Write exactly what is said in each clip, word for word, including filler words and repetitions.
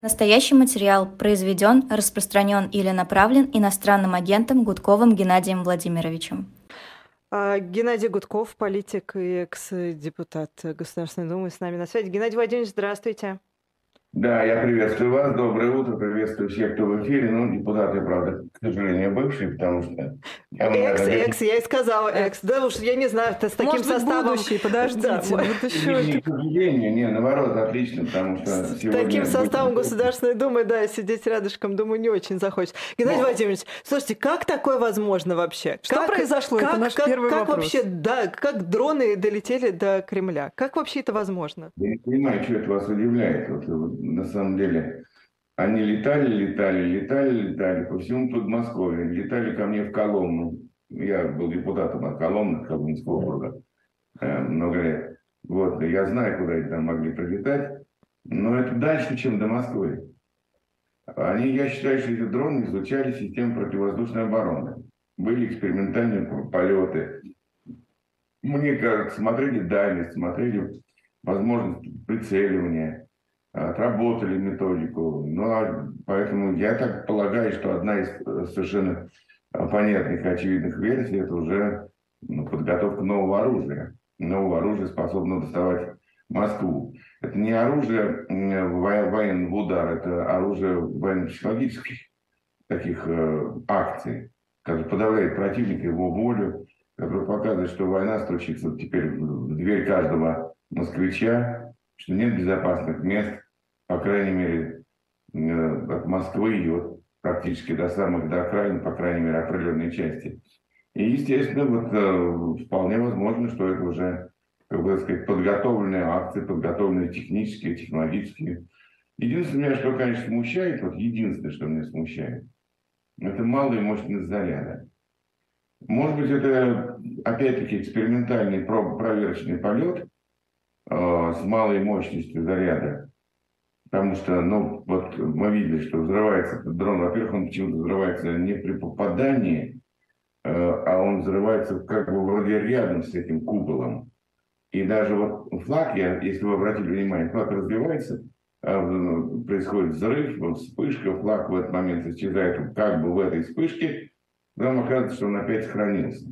Настоящий материал произведен, распространен или направлен иностранным агентом Гудковым Геннадием Владимировичем. А, Геннадий Гудков, политик и экс-депутат Государственной Думы, с нами на связи. Геннадий Владимирович, здравствуйте. Да, я приветствую вас. Доброе утро. Приветствую всех, кто в эфире. Ну, депутат я, правда, к сожалению, бывший, потому что... Я, Экс, наверное, экс, я и сказала экс. Да уж, я не знаю, ты с таким Может быть, составом... будущий, подождите. Да, вот еще не, это- к сожалению, не, наоборот, отлично, потому что с сегодня... таким составом будет- Государственной Думы, да, сидеть рядышком, думаю, не очень захочется. Геннадий Но- Владимирович, слушайте, как такое возможно вообще? Что Как- произошло? Это Как, наш как, первый как вопрос. вообще, да, как дроны долетели до Кремля? Как вообще это возможно? Я не понимаю, что это вас удивляет. Вот, вот, на самом деле, они летали, летали, летали, летали по всему Подмосковью. Летали ко мне в Коломну. Я был депутатом от Коломны, Коломенского округа, э, много лет. Вот, и я знаю, куда они там могли прилетать. Но это дальше, чем до Москвы. Они, я считаю, что эти дроны изучали систему противовоздушной обороны. Были экспериментальные полеты. Мне кажется, смотрели дальность, смотрели возможность прицеливания, отработали методику. Ну, а поэтому я так полагаю, что одна из э, совершенно э, понятных и очевидных версий – это уже ну, подготовка нового оружия. Нового оружия, способного доставать Москву. Это не оружие э, во- военного удара, это оружие военно-психологических таких э, акций, которое подавляет противника, его волю, который показывает, что война стучится теперь в дверь каждого москвича, что нет безопасных мест, по крайней мере, э, от Москвы и вот практически до самых до окраин, по крайней мере, определенной части. И, естественно, вот э, вполне возможно, что это уже, как бы сказать, подготовленные акции, подготовленные технические, технологические. Единственное, меня, что, конечно, смущает, вот единственное, что меня смущает, это малая мощность заряда. Может быть, это, опять-таки, экспериментальный проб- проверочный полет э, с малой мощностью заряда. Потому что, ну, вот мы видели, что взрывается этот дрон. Во-первых, он почему-то взрывается не при попадании, э, а он взрывается как бы вроде рядом с этим куполом. И даже вот флаг, я, если вы обратили внимание, флаг развивается, э, происходит взрыв, вот вспышка, флаг в этот момент исчезает как бы в этой вспышке, потом оказывается, что он опять сохранился.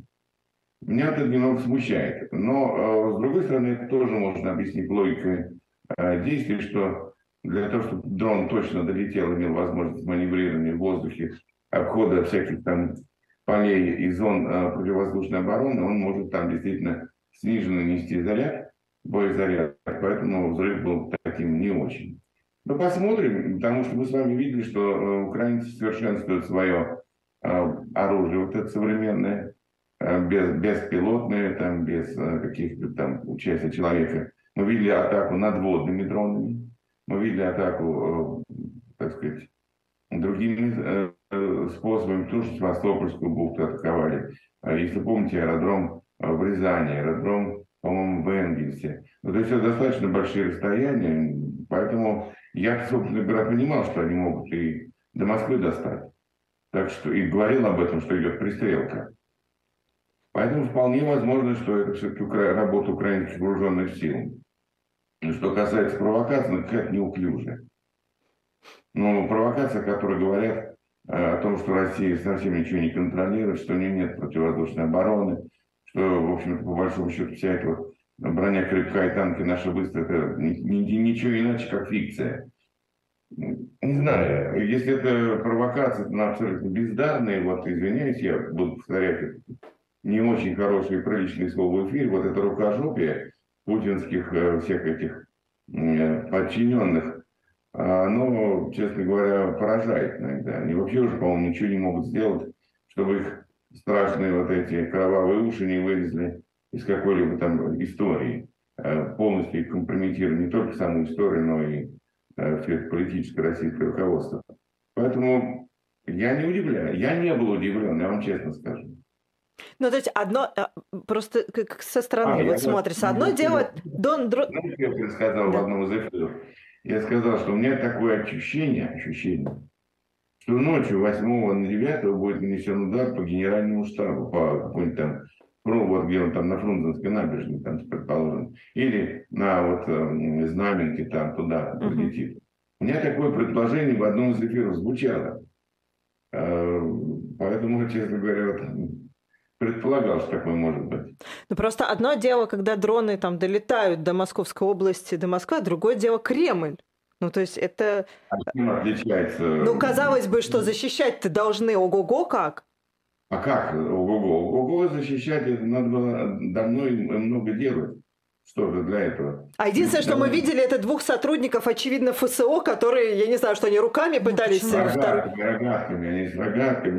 Меня это немного смущает. Но, э, с другой стороны, это тоже можно объяснить логикой э, действий, что для того, чтобы дрон точно долетел, имел возможность маневрирования в воздухе, обхода всяких там полей и зон э, противовоздушной обороны, он может там действительно сниженно нести заряд, боезаряд, поэтому взрыв был таким не очень. Но посмотрим, потому что мы с вами видели, что э, украинцы совершенствуют свое э, оружие, вот это современное, э, без, беспилотное, там, без э, каких-то там участия человека. Мы видели атаку надводными дронами, мы видели атаку, э, так сказать, другими э, э, способами, потому что Севастопольскую бухту атаковали. А если помните, аэродром э, в Рязани, аэродром, по-моему, в Энгельсе. Ну, то есть это достаточно большие расстояния, поэтому я, собственно говоря, понимал, что они могут и до Москвы достать. Так что и говорил об этом, что идет пристрелка. Поэтому вполне возможно, что это все-таки укра... работа украинских вооруженных сил. И что касается провокации, ну, какая-то неуклюжая. Ну, провокация, которые говорят э, о том, что Россия совсем ничего не контролирует, что у нее нет противовоздушной обороны, что, в общем-то, по большому счету, вся эта вот броня крепкая и танки наши быстрые, это ни- ни- ничего иначе, как фикция. Не знаю, если это провокация, то она абсолютно бездарная, вот, извиняюсь, я буду повторять это не очень хорошее и приличное слово в эфире, вот это рукожопие путинских э, всех этих э, подчиненных, оно, честно говоря, поражает иногда. Они вообще уже, по-моему, ничего не могут сделать, чтобы их страшные вот эти кровавые уши не вылезли из какой-либо там истории. Э, Полностью их компрометируют не только саму историю, но и э, все это политическое российское руководство. Поэтому я не удивляю. Я не был удивлен, я вам честно скажу. Ну, то есть одно, а, просто как со стороны А, я вот вот- смотришься. Одно я дело, понял. Дон, дро- Знаете, я вчера сказал в Да. одном из эфиров? Я сказал, что у меня такое ощущение, ощущение, что ночью восьмого на девятое будет нанесен удар по генеральному штабу, по какой-нибудь там, ну, вот где он там на Фрунзенской набережной, там, предположим, или на вот э, Знаменке там туда Мгм. прилетит. У меня такое предположение в одном из эфиров звучало. Поэтому, честно говоря, вот предполагал, что такое может быть. Ну, просто одно дело, когда дроны там долетают до Московской области, до Москвы, а другое дело Кремль. Ну, то есть это... А чем отличается? Ну, казалось бы, что защищать-то должны ого-го как. А как? Ого-го. Ого-го защищать это надо было давно и много делать. Что же для этого? А единственное, что мы видели, это двух сотрудников, очевидно, ФСО, которые, я не знаю, что они руками пытались... С рогатками, рогатками, они с рогатками.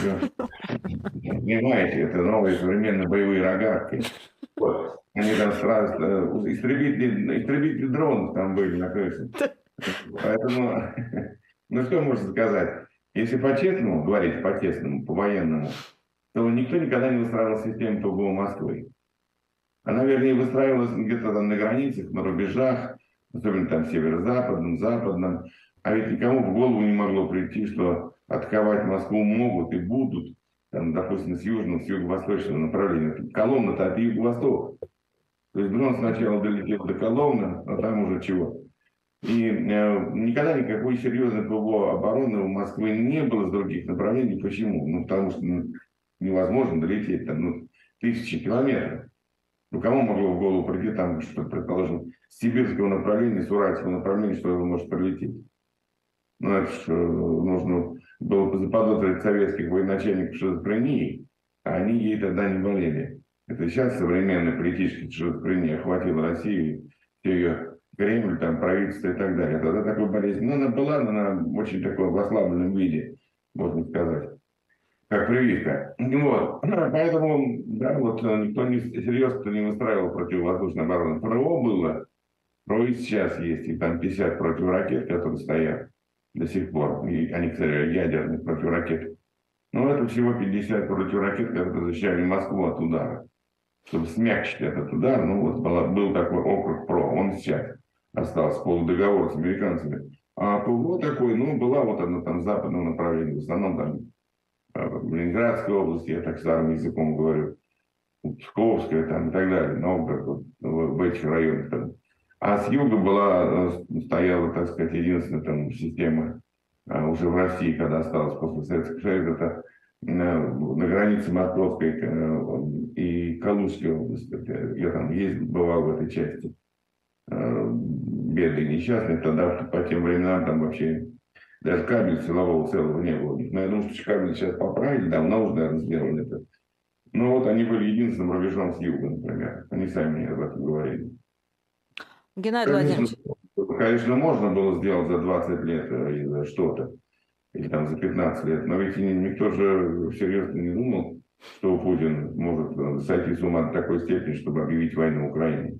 Понимаете, это новые современные боевые рогатки. Вот. Они там сразу... Истребители, истребители дронов там были на крыше. Поэтому, ну что можно сказать? Если по-честному говорить, по-честному, по-военному, то никто никогда не выстраивал систему ПВО Москвы. Она, вернее, выстраивалась где-то там на границах, на рубежах, особенно там северо-западном, западном. А ведь никому в голову не могло прийти, что атаковать Москву могут и будут, там, допустим, с южного, с юго-восточного направления. Коломна-то от юго-востока. То есть дрон сначала долетел до Коломны, а там уже чего. И э, никогда никакой серьезной ПВО обороны у Москвы не было с других направлений. Почему? Ну, потому что ну, невозможно долететь там ну, тысячи километров. Ну, кому могло в голову прийти там, что, предположим, с сибирского направления, с уральского направления, что его может прилететь? Ну, это же нужно было заподозрить советских военачальников шизофрении, а они ей тогда не болели. Это сейчас современная политическая шизофрения охватила Россию, все ее Кремль, там, правительство и так далее. Тогда такой болезнь. Но она была, но она в очень таком в ослабленном виде, можно сказать. Как прививка. Вот. Поэтому, да, вот никто не, серьезно не выстраивал противовоздушную оборону. ПРО было, ПРО и сейчас есть, и там пятьдесят противоракет, которые стоят до сих пор. И они, кстати, ядерные противоракеты. Но это всего пятьдесят противоракет, которые защищали Москву от удара. Чтобы смягчить этот удар, ну вот была, был такой округ ПРО, он сейчас остался полудоговор с американцами. А ПВО такой, ну, была вот она там западного направления, в основном там в Ленинградской области, я так старым языком говорю, Псковская там и так далее, Новгород, в, в этих районах там. А с юга была, стояла, так сказать, единственная там система уже в России, когда осталась после Советского Союза, это на, на границе Московской и Калужской области. Я там ездил, бывал в этой части. Бедный, несчастный, тогда по тем временам там вообще даже кабеля силового целого не было. Но я думаю, что кабель сейчас поправили, давно уже, наверное, сделали это. Но вот они были единственным рубежом с юга, например. Они сами мне об этом говорили. Геннадий Владимирович. Конечно, можно было сделать за двадцать лет или за что-то, или там за пятнадцать лет, но ведь никто же серьезно не думал, что Путин может сойти с ума до такой степени, чтобы объявить войну Украине.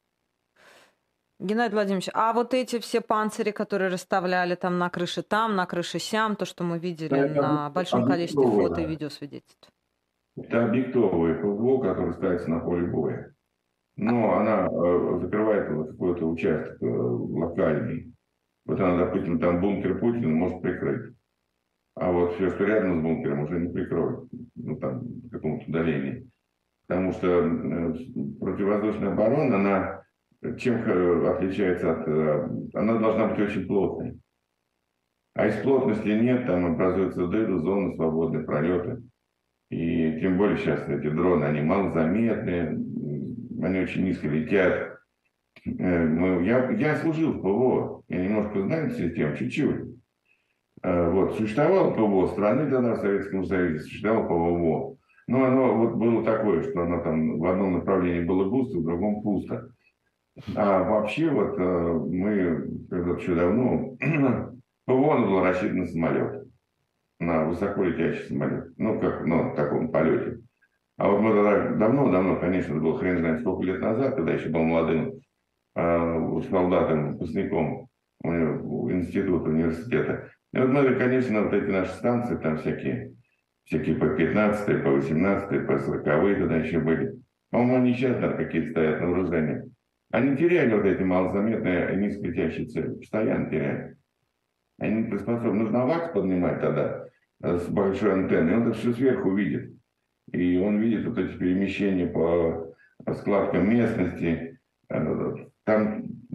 Геннадий Владимирович, а вот эти все панцири, которые расставляли там на крыше там, на крыше сям, то, что мы видели да, на большом количестве фото да. и видеосвидетельств? Это объектовое ПВО, которое ставится на поле боя. Но она э, закрывает вот какой-то участок э, локальный. Вот она, допустим, там бункер Путина может прикрыть. А вот все, что рядом с бункером, уже не прикроет. Ну, там, в каком-то удалении. Потому что э, противовоздушная оборона, она чем отличается от... Э, она должна быть очень плотной. А если плотности нет, там образуются дыры, зоны, свободные пролеты. И тем более сейчас эти дроны, они малозаметные, они очень низко летят. Мы, я, я служил в ПВО, я немножко знаю систему, чуть-чуть. Вот, существовало ПВО страны тогда в Советском Союзе, существовало ПВО. Но оно вот было такое, что оно там в одном направлении было густо, в другом пусто. А вообще вот мы, когда-то еще давно, ПВО было рассчитано на самолет, на высоко летящий самолет, ну как, ну, в таком полете. А вот мы тогда давно-давно, конечно, это было хрен знает сколько лет назад, когда еще был молодым э, солдатом, выпускником института, университета. И вот мы, конечно, вот эти наши станции, там всякие, всякие по пятнадцатые, по восемнадцатые, по сороковые тогда еще были. По-моему, они сейчас там какие-то стоят на вооружении. Они теряли вот эти малозаметные низколетящие цели, постоянно теряли. Они не приспособлены. Нужно вакс поднимать тогда с большой антенной, он это все сверху видит. И он видит вот эти перемещения по складкам местности. Там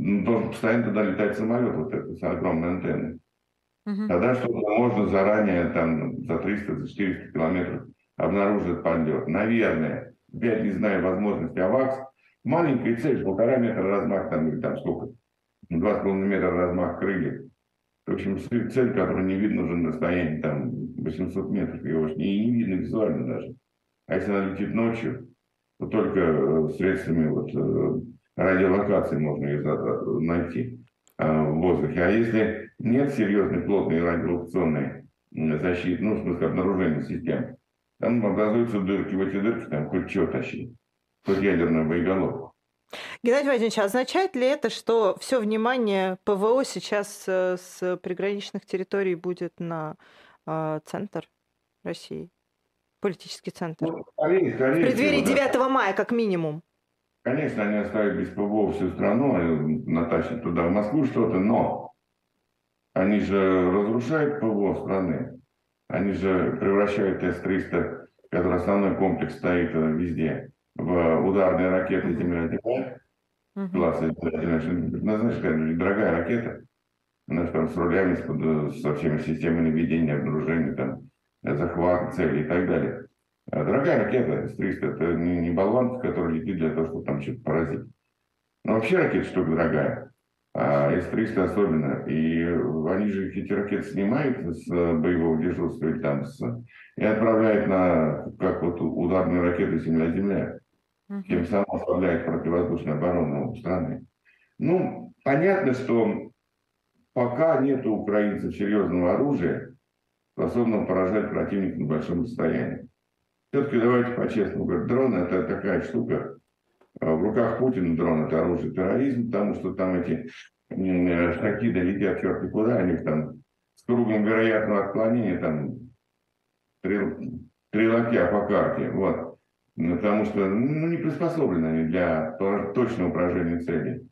должен постоянно туда летать самолет, вот это, с огромной антенной. Мгм. Тогда что-то можно заранее, там, за триста-четыреста километров обнаружить подлет. Наверное, опять не знаю возможности АВАКС. Маленькая цель, полтора метра размах, там, или там сколько, два с половиной метра размах крыльев. В общем, цель, которую не видно уже на расстоянии там восемьсот метров, его уж не, не видно визуально даже. А если она летит ночью, то только э, средствами вот, э, радиолокации можно ее за- найти э, в воздухе. А если нет серьезной плотной радиолокационной м, защиты, ну, в смысле обнаружения систем, там образуются дырки. В эти дырки там хоть что тащи, хоть ядерную боеголовку. Геннадий Владимирович, а означает ли это, что все внимание ПВО сейчас э, с приграничных территорий будет на э, центр России, политический центр? Ну, скорее, В скорее преддверии всего, да. девятого мая, как минимум. Конечно, они оставят без ПВО всю страну, они натащат туда, в Москву что-то, но они же разрушают ПВО страны. Они же превращают С триста, который основной комплекс стоит э, везде, в ударные ракеты Мгм. Земля-Земля, Мгм. класса Земля-Земля. Ну, знаешь, какая дорогая ракета, она же там с рулями, с, под- со всеми системами наведения, обнаружения, там, э, захвата цели и так далее. А дорогая ракета С триста, это не, не болванка, которая летит для того, чтобы там что-то поразить. Ну, вообще ракета штука дорогая, а С триста особенно. И они же эти ракеты снимают с э, боевого дежурства или там с, и отправляют на, как вот ударные ракеты Земля-Земля, тем Мгм. самым ослабляет противовоздушную оборону страны. Ну, понятно, что пока нет у украинцев серьезного оружия, способного поражать противника на большом расстоянии. Все-таки давайте по-честному говорить, дрон это такая штука. А в руках Путина дрон это оружие терроризма, потому что там эти м, шахиды летят черти куда, они там с кругом вероятного отклонения, там три, три локтя по карте. Вот. Ну, потому что ну, не приспособлены они для точного поражения цели.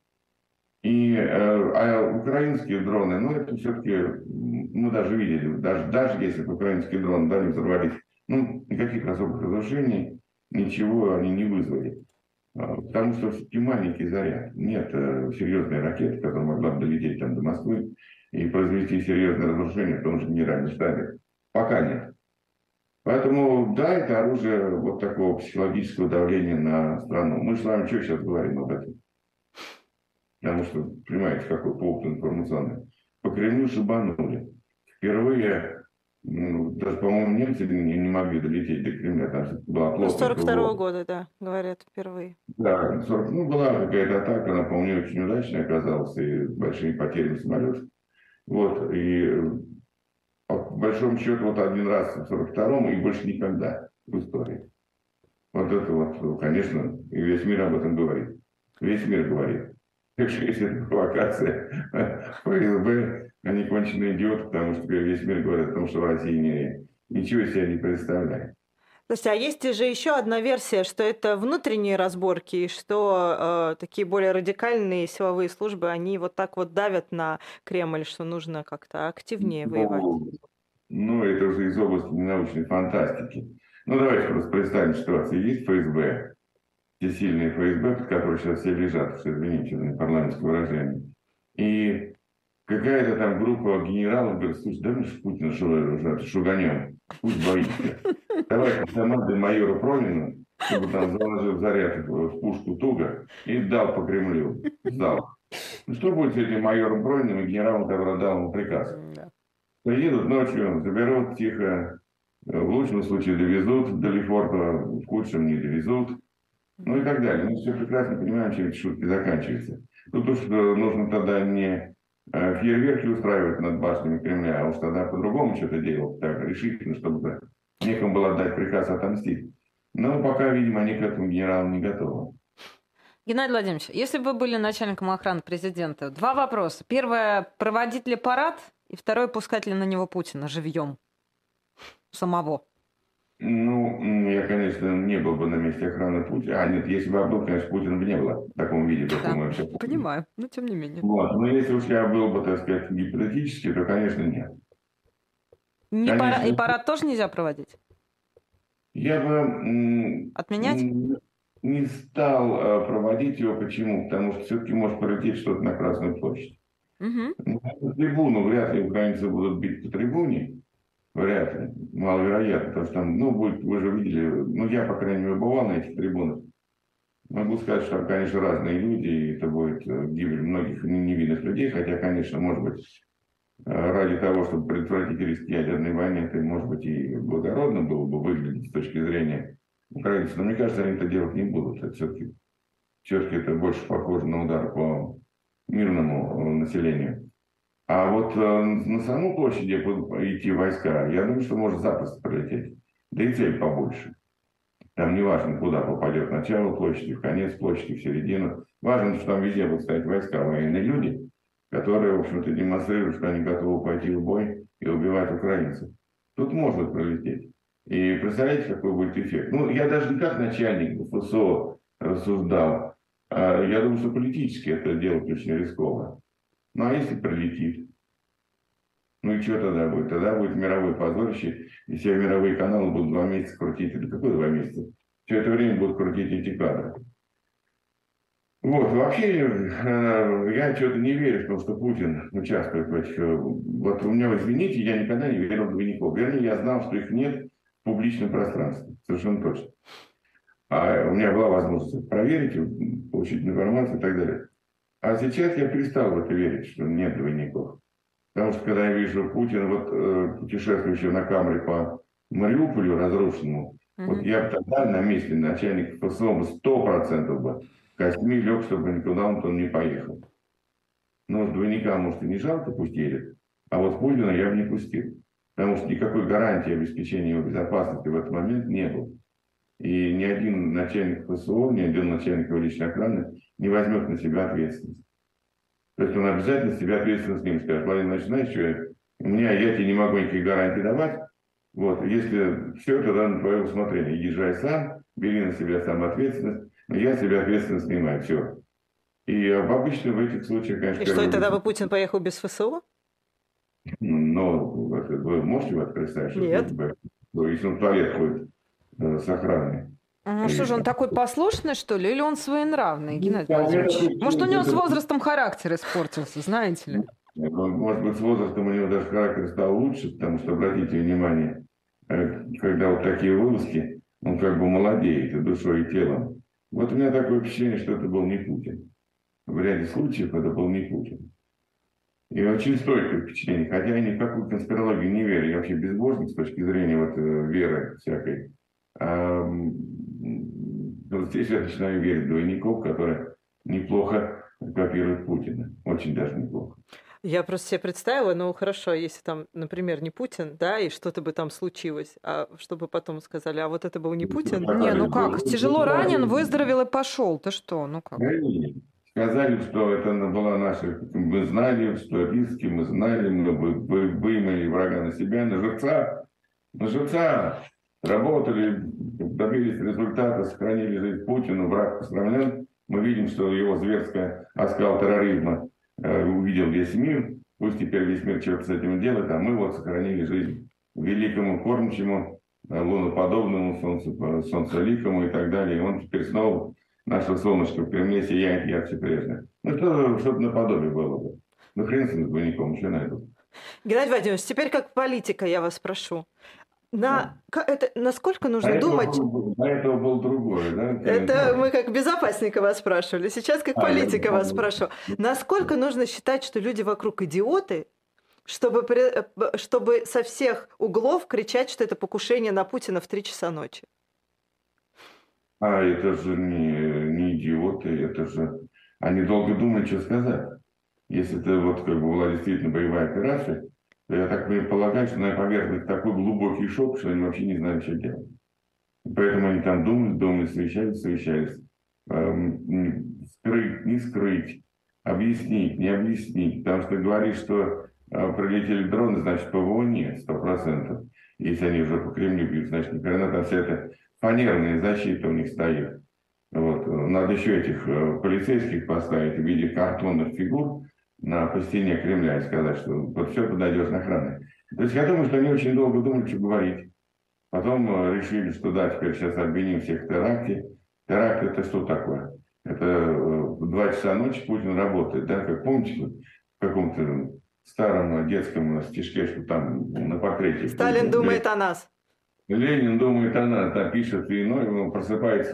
И, э, а украинские дроны, ну, это все-таки, мы даже видели, даже, даже если бы украинские дроны дали взорвались, ну, никаких особых разрушений, ничего они не вызвали. А, Потому что все-таки маленький заряд. Нет э, серьезной ракеты, которая могла бы долететь там до Москвы и произвести серьезное разрушение в том же генеральном штабе. Пока нет. Поэтому, да, это оружие вот такого психологического давления на страну. Мы с вами что сейчас говорим об этом? Потому что, понимаете, какой повод информационный. По Кремлю шибанули. Впервые, ну, даже, по-моему, немцы не, не могли долететь до Кремля, там всё-таки была Ну, плотная сорок второго ПВО. года, да, говорят, впервые. Да, сорок, ну, была какая-то атака, она, по-моему, не очень удачная оказалась, и с большими потерями самолетов. Вот, и э, по большому счету вот один раз в сорок втором и больше никогда в истории. Вот это вот, ну, конечно, и весь мир об этом говорит. Весь мир говорит. Так что если это провокация ФСБ, они конченые идиоты, потому что весь мир говорит о том, что в России не, ничего себе не представляет. Слушайте, а есть же еще одна версия, что это внутренние разборки, и что э, такие более радикальные силовые службы, они вот так вот давят на Кремль, что нужно как-то активнее воевать. Ну, ну, это уже из области научной фантастики. Ну, давайте просто представим ситуацию. Есть ФСБ, те сильные ФСБ, под которые сейчас все лежат, что извините за парламентское выражение. И какая-то там группа генералов говорит, слушай, да мы же Путина шу- шуганем, пусть боится. Давай с командой майора Пронина, чтобы там заложил заряд в пушку туго и дал по Кремлю, сдал. Ну что будет с этим майором Прониным и генералом, который дал ему приказ? Да. Приедут ночью, заберут тихо, в лучшем случае довезут до Лефортово, в худшем не довезут, ну и так далее. Мы все прекрасно понимаем, чем эти шутки заканчиваются. Тут уж э, нужно тогда не э, фейерверки устраивать над башнями Кремля, а уж тогда по-другому что-то делать, так решительно, чтобы некому было дать приказ отомстить. Но пока, видимо, они к этому генералам не готовы. Геннадий Владимирович, если бы вы были начальником охраны президента, два вопроса. Первое, проводить ли парад? И второе, пускать ли на него Путина живьем самого? Ну, я, конечно, не был бы на месте охраны Путина. А, нет, если бы я был, конечно, Путина бы не было в таком виде, в каком мы сейчас помним. Понимаю, но тем не менее. Вот. Но если уж я был бы, так сказать, гипотетически, то, конечно, нет. Не Конечно. пара- И парад тоже нельзя проводить? Я бы... м, Отменять? м, не стал э, проводить его. Почему? Потому что все-таки может пролететь что-то на Красную площадь. Мгм. Ну, на трибуну вряд ли украинцы будут бить по трибуне. Вряд ли. Маловероятно. Потому что там, ну, будет, вы же видели, ну, я, по крайней мере, бывал на этих трибунах. Могу сказать, что там, конечно, разные люди, и это будет э, гибель многих невинных людей, хотя, конечно, может быть, э, ради того, чтобы предотвратить риск ядерной войны, это, может быть, и благородно было бы выглядеть с точки зрения украинцев. Но мне кажется, они это делать не будут. Это все-таки, все-таки это больше похоже на удар по мирному э, населению. А вот э, на саму площадь, где будут идти войска, я думаю, что может запросто пролететь. Да и цель побольше. Там не важно, куда попадет начало площади, в конец площади, в середину. Важно, что там везде будут стоять войска, военные люди, которые, в общем-то, демонстрируют, что они готовы пойти в бой и убивать украинцев. Тут может пролететь. И представляете, какой будет эффект? Ну, я даже не как начальник ФСО рассуждал. А я думаю, что политически это делать очень рискованно. Ну, а если прилетит? Ну и что тогда будет? Тогда будет мировое позорище, и все мировые каналы будут два месяца крутить. Это какое два месяца? Все это время будут крутить эти кадры. Вот, вообще, я что-то не верю в том, что Путин участвует в этих... Вот у меня, извините, я никогда не верил в двойников. Вернее, я знал, что их нет в публичном пространстве. Совершенно точно. А у меня была возможность проверить, получить информацию и так далее. А сейчас я перестал в это верить, что нет двойников. Потому что когда я вижу Путина, вот э, путешествующего на Камри по Мариуполю разрушенному, mm-hmm. вот я бы тогда на месте начальника ФСО сто процентов бы костьми лег, чтобы никуда он там не поехал. Но двойника, может, и не жалко, пусть едет, а вот Путина я бы не пустил. Потому что никакой гарантии обеспечения его безопасности в этот момент не было. И ни один начальник ФСО, ни один начальник его личной охраны не возьмет на себя ответственность. То есть он обязательно себя ответственно с ним скажет: Владимир Ильич, знаешь, что у меня, я тебе не могу никаких гарантий давать. Вот, если все, тогда на твое усмотрение. Езжай сам, бери на себя сам ответственность, но я себя ответственно снимаю, все. И обычно в этих случаях, конечно... И что, и тогда бы Путин поехал без ФСО? Ну, вы можете вас представить? Нет. Что, если он в туалет ходит с охраной. Ну что же, он такой послушный, что ли, или он своенравный, Геннадий Владимирович? Может, у него с возрастом характер испортился, знаете ли? Может быть, с возрастом у него даже характер стал лучше, потому что, обратите внимание, когда вот такие вылазки, он как бы молодеет и душой, и телом. Вот у меня такое впечатление, что это был не Путин. В ряде случаев это был не Путин. И очень стойкое впечатление, хотя я ни в какую конспирологию не верю, я вообще безбожник с точки зрения вот веры всякой. А, вот здесь я начинаю верить в двойников, которые неплохо копируют Путина. Очень даже неплохо. Я просто себе представила, ну хорошо, если там, например, не Путин, да, и что-то бы там случилось, а чтобы потом сказали, а вот это был не Путин. Не, ну как, тяжело ранен, выздоровел и пошел. Ты что, ну как? Сказали, что это была наша... Мы знали, что риски, мы знали, мы вымыли врага на себя, на живца. На живца работали, добились результата, сохранили жизнь Путину, враг пострамлен. Мы видим, что его зверская оскал терроризма э, увидел весь мир. Пусть теперь весь мир что-то с этим делает, а мы вот сохранили жизнь великому кормчему, луноподобному, солнце, солнцеликому и так далее. И он теперь снова... Наше солнышко в Кремле сияет ярче прежде. Ну, что, что-то наподобие было бы. Ну, хрен с ним, двойником, еще найду. Геннадий Владимирович, теперь как политика я вас прошу. На, да. это, насколько нужно а думать... Был, до этого был другой, да? Это мы как безопасника вас спрашивали. Сейчас как а, политика я, вас спрашиваю. Насколько нужно считать, что люди вокруг идиоты, чтобы, чтобы со всех углов кричать, что это покушение на Путина в три часа ночи? А это же не, не идиоты, это же... Они долго думали, что сказать. Если это вот как бы была действительно боевая операция, то я так полагаю, что на поверхности такой глубокий шок, что они вообще не знали, что делать. Поэтому они там думали, думали, совещались, совещались. Эм, скрыть, не скрыть, объяснить, не объяснить. Потому что говоришь, что э, прилетели дроны, значит, ПВО нет, сто процентов. Если они уже по Кремлю бьют, значит, наверное, там вся эта фанерная защита у них стоит. Вот. Надо еще этих э, полицейских поставить в виде картонных фигур на по стене Кремля и сказать, что вот все, туда идешь на охраны. То есть я думаю, что они очень долго думали, что говорить. Потом э, решили, что да, теперь сейчас обвиним всех в теракте. Теракт это что такое? Это в два часа ночи Путин работает, да, как помните, в каком-то старом детском стишке, что там на портрете. Сталин Путин, думает о нас. Ленин думает о нас, да, пишет, и ну, он просыпается.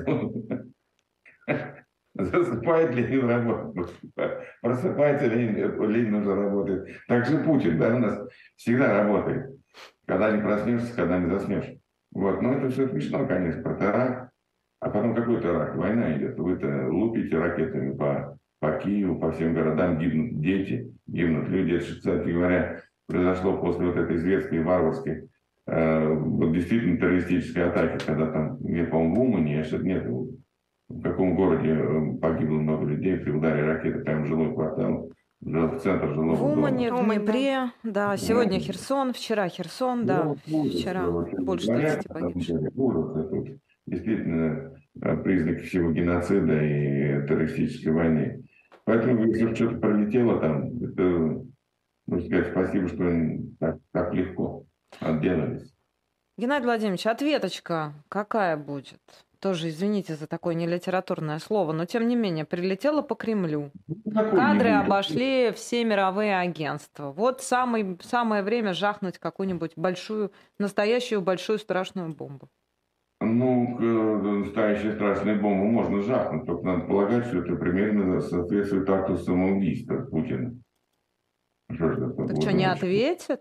Засыпает Ленин, работает. Просыпается Ленин, Ленин уже работает. Так же Путин, да, у нас всегда работает. Когда не проснешься, когда не заснешь. Вот, ну это все смешно, конечно, про теракт. А потом какой теракт? Война идет. Вы-то лупите ракетами по, по Киеву, по всем городам, гибнут дети, гибнут люди. Это, кстати говоря, произошло после вот этой светской, варварской, э, вот действительно террористической атаки, когда там, я, по-моему, в Умане, я что-то нет, в каком городе погибло много людей при ударе ракеты, прямо в жилой квартал, в центр жилого В Умане, дома. в Днепре, да, сегодня Херсон, вчера Херсон, да, Ну, вчера ужас, больше говорят, тридцати погибших. ужас, это вот действительно э, признаки всего геноцида и террористической войны. Поэтому, если что-то пролетело там, это, нужно сказать спасибо, что так, так легко отделались. Геннадий Владимирович, ответочка какая будет? Тоже, извините за такое нелитературное слово, но тем не менее, прилетела по Кремлю. Ну, такой Кадры не- обошли все мировые агентства. Вот самый, самое время жахнуть какую-нибудь большую, настоящую большую страшную бомбу. Ну, к- настоящей страшной бомбы можно жахнуть, только надо полагать, что это примерно соответствует акту самоубийства Путина. Что ж это Так было что, не дальше? ответят?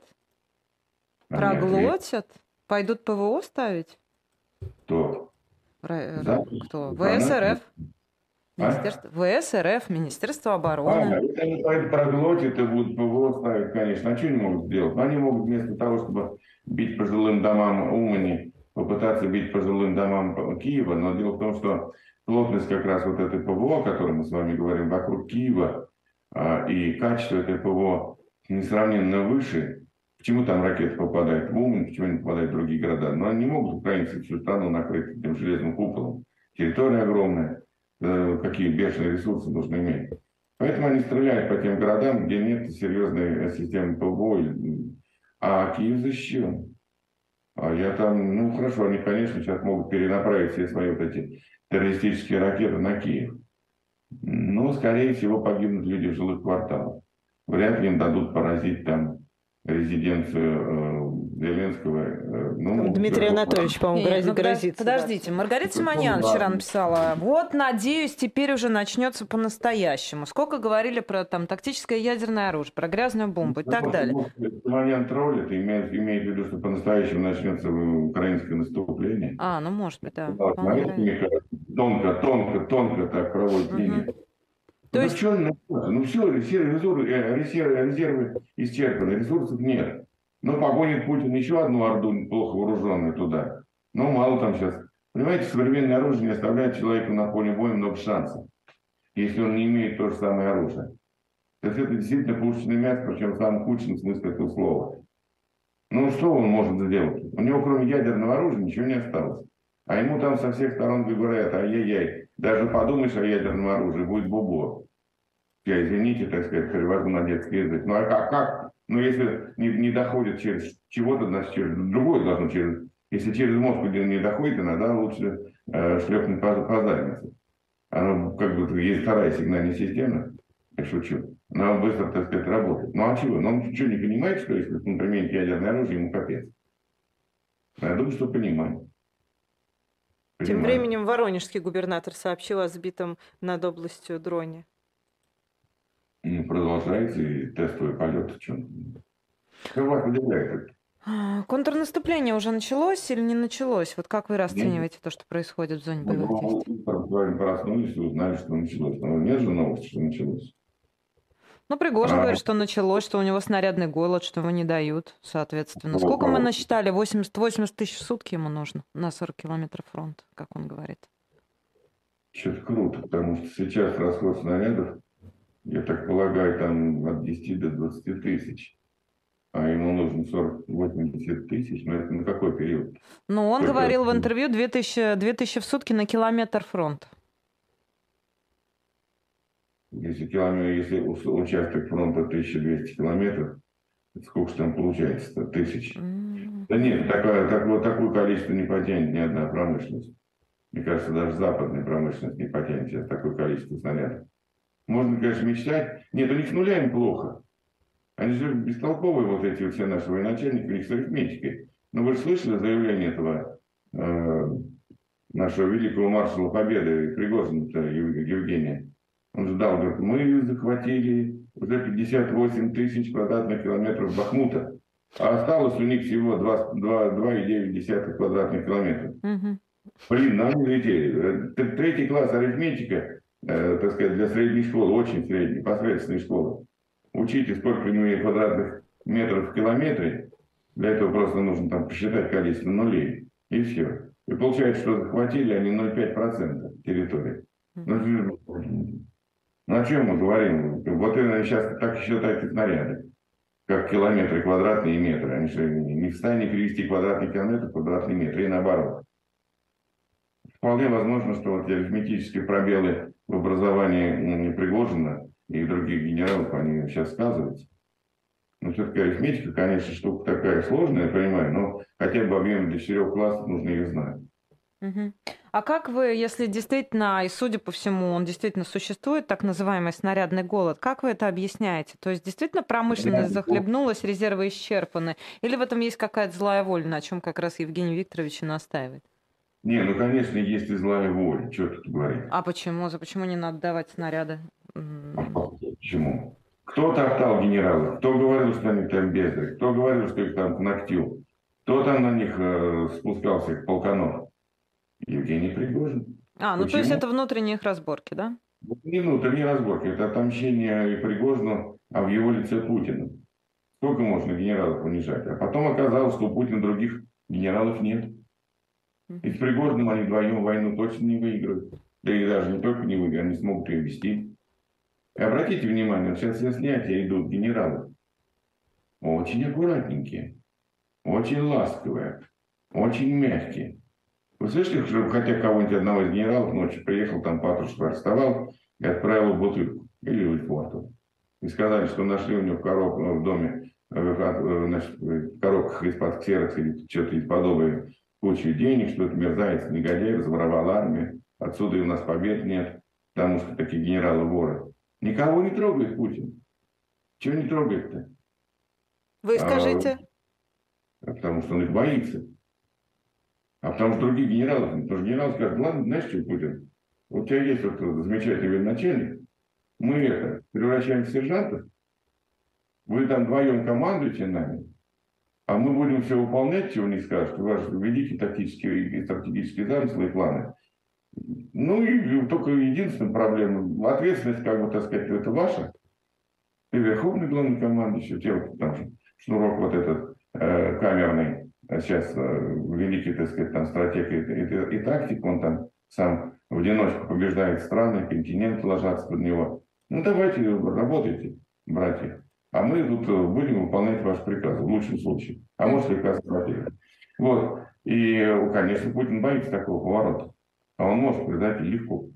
А не ответит. Проглотят? Пойдут ПВО ставить? Кто? Ра- Да. Кто? Фанаты. ВСРФ? А? Министерство... ВСРФ, Министерство А, обороны. если они пойдут проглотят и будут ПВО ставить, конечно. А что они могут сделать? Они могут вместо того, чтобы бить по жилым домам Умани, попытаться бить по жилым домам Киева. Но дело в том, что плотность как раз вот этой ПВО, о которой мы с вами говорим, вокруг Киева, а, и качество этой ПВО несравненно выше. Почему там ракеты попадают в Умань, почему они попадают в другие города? Но они не могут, украинцы, всю страну накрыть этим железным куполом. Территория огромная. Э, какие бешеные ресурсы нужно иметь. Поэтому они стреляют по тем городам, где нет серьезной системы ПВО. А Киев защищен. А я там, ну хорошо, они, конечно, сейчас могут перенаправить все свои вот эти террористические ракеты на Киев. Но, скорее всего, погибнут люди в жилых кварталах. Вряд ли им дадут поразить там резиденцию э, Зеленского. Э, ну, Там Дмитрий да, Анатольевич, по-моему, Не, грозит, ну, подо- грозится. Подождите, Маргарита Ну, Симоньян да. вчера написала, вот, надеюсь, теперь уже начнется по-настоящему. Сколько говорили про там тактическое ядерное оружие, про грязную бомбу и так далее. Симоньян троллит, имеет, имеет в виду, что по-настоящему начнется украинское наступление. А, ну, может быть, да. Вот, вполне знаете, вероятно. Миха, тонко, тонко, тонко так проводит Мгм. линию. То ну, есть- что, ну, ну все, резервы, резервы, резервы исчерпаны, ресурсов нет. Но погонит Путин еще одну орду плохо вооруженную туда. Но мало там сейчас. Понимаете, современное оружие не оставляет человеку на поле боя много шансов, если он не имеет то же самое оружие. То есть это действительно пушечное мясо, причем в самом худшем смысле этого слова. Ну что он может сделать? У него кроме ядерного оружия ничего не осталось. А ему там со всех сторон говорят, ай-яй-яй, даже подумаешь о ядерном оружии, будет бубо. Я, извините, так сказать, перевожу на детский язык. Ну а как? как? Ну если не, не доходит через чего-то, значит через другое должно через... Если через мозг не доходит, иногда лучше э, шлепнуть по, по заднице. Оно как бы есть вторая сигнальная система, я шучу. Она быстро, так сказать, работает. Ну а чего? Ну он что, не понимает, что если он применит ядерное оружие, ему капец? Я думаю, что понимает. Тем Понимает. временем воронежский губернатор сообщил о сбитом над областью дроне. Ну, продолжается и тестовый полет. Что вас удивляет это? А, Контрнаступление уже началось или не началось? Вот как вы расцениваете то, что происходит в зоне боевых Ну, действий? утром с вами проснулись и узнали, что началось. Но нет же новости, что началось. Ну, Пригожин А. говорит, что началось, что у него снарядный голод, что его не дают, соответственно. Ну, Сколько мы а- насчитали? восемьдесят восемьдесят тысяч в сутки ему нужно на сорок километров фронта, как он говорит. Что-то круто, потому что сейчас расход снарядов, я так полагаю, там от десяти до двадцати тысяч. А ему нужно сорок-восемьдесят тысяч. Но это на какой период? Ну, он Сколько говорил в это? интервью две тысячи, две тысячи в сутки на километр фронта. Если, километр, если у- участок фронта тысяча двести километров, это сколько же там получается? Тысяч. М. Да нет, такое, такое, такое количество не потянет ни одна промышленность. Мне кажется, даже западная промышленность не потянет сейчас такое количество снарядов. Можно, конечно, мечтать. Нет, у них с нулями плохо. Они же бестолковые, вот эти вот все наши военачальники, у них с арифметикой. Но вы же слышали заявление этого э, нашего великого маршала Победы, Пригожина-то, Евгения? Он же дал, говорит, мы захватили уже пятьдесят восемь тысяч квадратных километров Бахмута, а осталось у них всего два и девять квадратных километра. Угу. Блин, нам не летели. Третий класс арифметика, э, так сказать, для средней школы, очень средней, посредственной школы. Учите, сколько у него квадратных метров в километре. Для этого просто нужно там посчитать количество нулей. И все. И получается, что захватили они ноль целых пять десятых процента территории. Ну, ну о чем мы говорим? Вот они сейчас так считают и снаряды. Как километры квадратные и метры. Они же не в состоянии перевести квадратный километр в квадратный метр. И наоборот. Вполне возможно, что вот арифметические пробелы в образовании Пригожина и других генералов, они сейчас сказываются. Но все-таки арифметика, конечно, штука такая сложная, я понимаю, но хотя бы объем для четырех классов нужно ее знать. Угу. А как вы, если действительно, и судя по всему, он действительно существует, так называемый снарядный голод, как вы это объясняете? То есть действительно промышленность захлебнулась, резервы исчерпаны? Или в этом есть какая-то злая воля, на чем как раз Евгений Викторович и настаивает? Не, ну, конечно, есть и злая воля. Что тут говорить? А почему? За почему не надо давать снаряды? Почему? Кто топтал генералов? Кто говорил, что они там бездари? Кто говорил, что их там к ногтю? Кто там на них э, спускался, как полканов? Евгений Пригожин. А, ну Почему? то есть это внутренние их разборки, да? Не внутренние разборки. Это отомщение Пригожину, а в его лице Путина. Сколько можно генералов унижать? А потом оказалось, что у Путина других генералов нет. И с Пригожиным они вдвоем войну точно не выиграют. Да и даже не только не выиграют, они смогут ее вести. И обратите внимание, вот сейчас все снятия идут генералы. Очень аккуратненькие, очень ласковые, очень мягкие. Вы слышали, что хотя кого-нибудь одного из генералов ночью приехал, там патрушку арестовал и отправил в бутылку или в форту. И сказали, что нашли у него в, короб, в доме, значит, в коробках из-под ксерокса или что-то из подобного кучу денег, что это мерзавец, негодяй, разворовал армию. Отсюда и у нас побед нет, потому что такие генералы-воры. Никого не трогает Путин. Чего не трогает-то? Вы скажите. А, потому что он их боится. А потому что других генералов, потому что генерал скажет, ладно, знаешь что, Путин, вот у тебя есть вот замечательный начальник, мы это превращаем в сержантов, вы там вдвоем командуете нами, а мы будем все выполнять, чего не скажут, ваши великие тактические и стратегические замыслы и планы. Ну и только единственная проблема, ответственность, как бы, так сказать, это ваша. Ты верховный главнокомандующий, у тебя вот там же шнурок вот этот э, камерный, сейчас э, великий, так сказать, там стратег и, и, и тактик, он там сам в одиночку побеждает страны, континенты ложатся под него. Ну давайте, работайте, братья. А мы тут будем выполнять ваши приказы, в лучшем случае. А может, приказ противника. Вот. И, конечно, Путин боится такого поворота. А он может предать легко.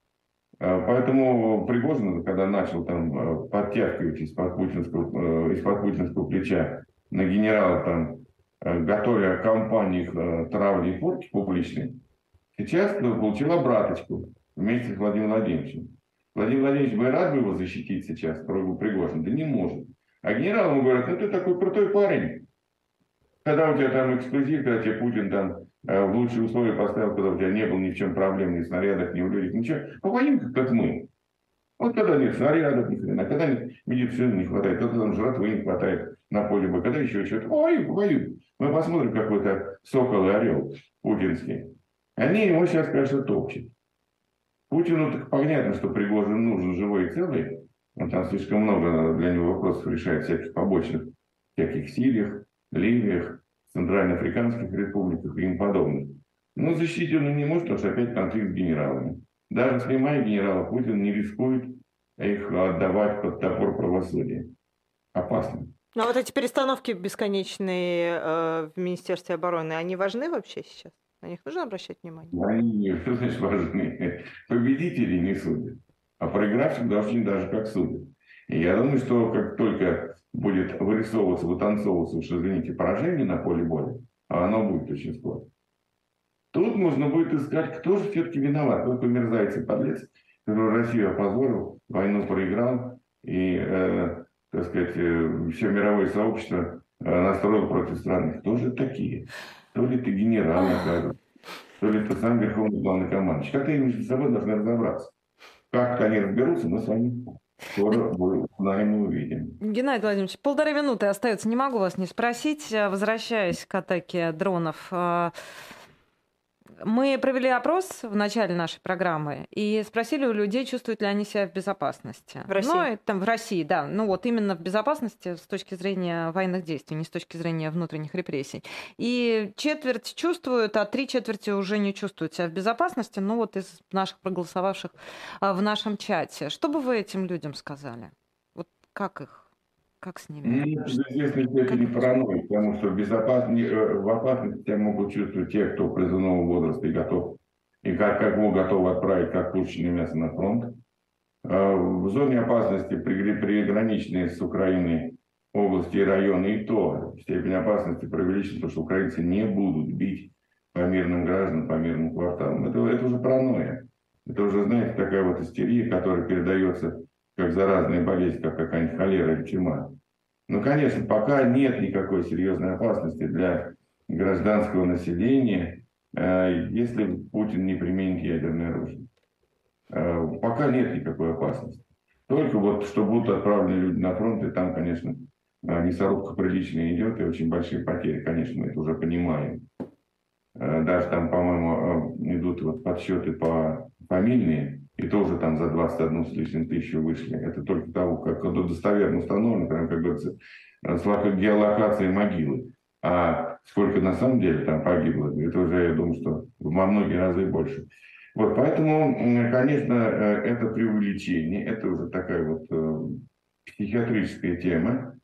Поэтому Пригожин, когда начал там подтягивать из-под путинского, из-под путинского плеча на генерала, там, готовя кампании травли и порки публичной, сейчас получил обраточку вместе с Владимиром Владимировичем. Владимир Владимирович бы рад бы его защитить сейчас, Пригожин, да не может. А генерал ему говорят, ну ты такой крутой парень. Когда у тебя там эксклюзив, когда тебе Путин там э, в лучшие условия поставил, когда у тебя не было ни в чем проблем, ни в снарядах, ни в людях, ничего. Повоим, как мы. Вот когда нет снарядов, ни хрена, когда нет медицины не хватает, когда там жратвы не хватает на поле боя, когда еще что-то. Повоим, повоим. Мы посмотрим, какой-то сокол и орел путинский. Они его сейчас, конечно, топчут. Путину так понятно, что Пригожин нужен живой и целый. Он там слишком много для него вопросов решает, всяких побочных, всяких Сириях, Ливиях, Центральноафриканских республиках и им подобных. Но защитить он не может, потому что опять конфликт с генералами. Даже снимая генерала, Путин не рискует их отдавать под топор правосудия. Опасно. Ну а вот эти перестановки бесконечные э, в Министерстве обороны, они важны вообще сейчас? На них нужно обращать внимание? Они, что значит, важны. Победители не судят, а проигравших должны даже как судят. И я думаю, что как только будет вырисовываться, вытанцовываться, уж извините, поражение на поле боя, а оно будет очень скоро, Тут можно будет искать, кто же все-таки виноват. Какой мерзавец и подлец, который Россию опозорил, войну проиграл, и, э, так сказать, э, все мировое сообщество э, настроил против страны. Кто же такие? То ли ты генерал накажут, то ли ты сам верховный главнокомандующий. Как-то они между собой должны разобраться. Как они разберутся, мы с вами скоро узнаем и увидим. Геннадий Владимирович, полторы минуты остается. Не могу вас не спросить. Возвращаясь к атаке дронов, мы провели опрос в начале нашей программы и спросили у людей, чувствуют ли они себя в безопасности. В России? Ну, это в России, да. Ну вот именно в безопасности с точки зрения военных действий, не с точки зрения внутренних репрессий. И четверть чувствуют, а три четверти уже не чувствуют себя в безопасности. Ну вот из наших проголосовавших в нашем чате. Что бы вы этим людям сказали? Вот как их? Как с ними? Ну, в известной степени паранойя, потому что в, безопас... в опасности себя могут чувствовать те, кто призывного возраста и готов, и как, как его готовы отправить как пушечное мясо на фронт. В зоне опасности приграничные с Украиной области и районы, и то степень опасности преувеличена, потому что украинцы не будут бить по мирным гражданам, по мирным кварталам. Это, это уже паранойя. Это уже, знаете, такая вот истерия, которая передается как заразная болезнь, как какая-нибудь холера или чума. Ну, конечно, пока нет никакой серьезной опасности для гражданского населения, если Путин не применит ядерное оружие. Пока нет никакой опасности. Только вот, что будут отправлены люди на фронт, и там, конечно, мясорубка приличная идет, и очень большие потери, конечно, мы это уже понимаем. Даже там, по-моему, идут вот подсчеты по фамильные, и тоже там за двадцать одну с лишним тысячу вышли. Это только того, как достоверно установлено, прям, как говорится, с геолокацией могилы. А сколько на самом деле там погибло, это уже, я думаю, что во многие разы больше. Вот, поэтому, конечно, это преувеличение, это уже такая вот э, психиатрическая тема,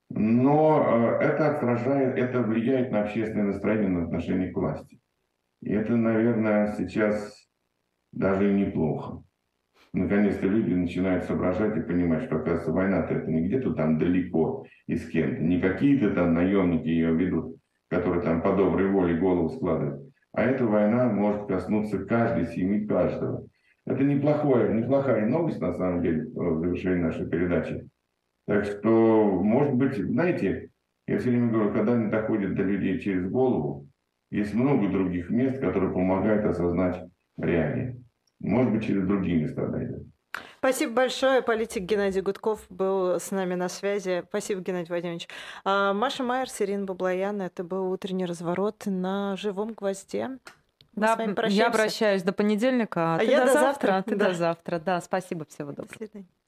но э, это отражает, это влияет на общественное настроение, на отношение к власти. И это, наверное, сейчас даже и неплохо. Наконец-то люди начинают соображать и понимать, что, оказывается, война-то это не где-то там далеко и с кем-то, не какие-то там наемники ее ведут, которые там по доброй воле голову складывают, а эта война может коснуться каждой семьи, каждого. Это неплохое, неплохая новость, на самом деле, в завершении нашей передачи. Так что, может быть, знаете, я все время говорю, когда они доходят до людей через голову, есть много других мест, которые помогают осознать реалии. Может быть, через другие места дойдет. Спасибо большое. Политик Геннадий Гудков был с нами на связи. Спасибо, Геннадий Владимирович. А, Маша Майерс, Ирина Баблоян. Это был утренний разворот на живом гвозде. Мы да, я прощаюсь до понедельника. А, а ты я до завтра. завтра. А ты да. до завтра. Да, спасибо, всего доброго. До свидания.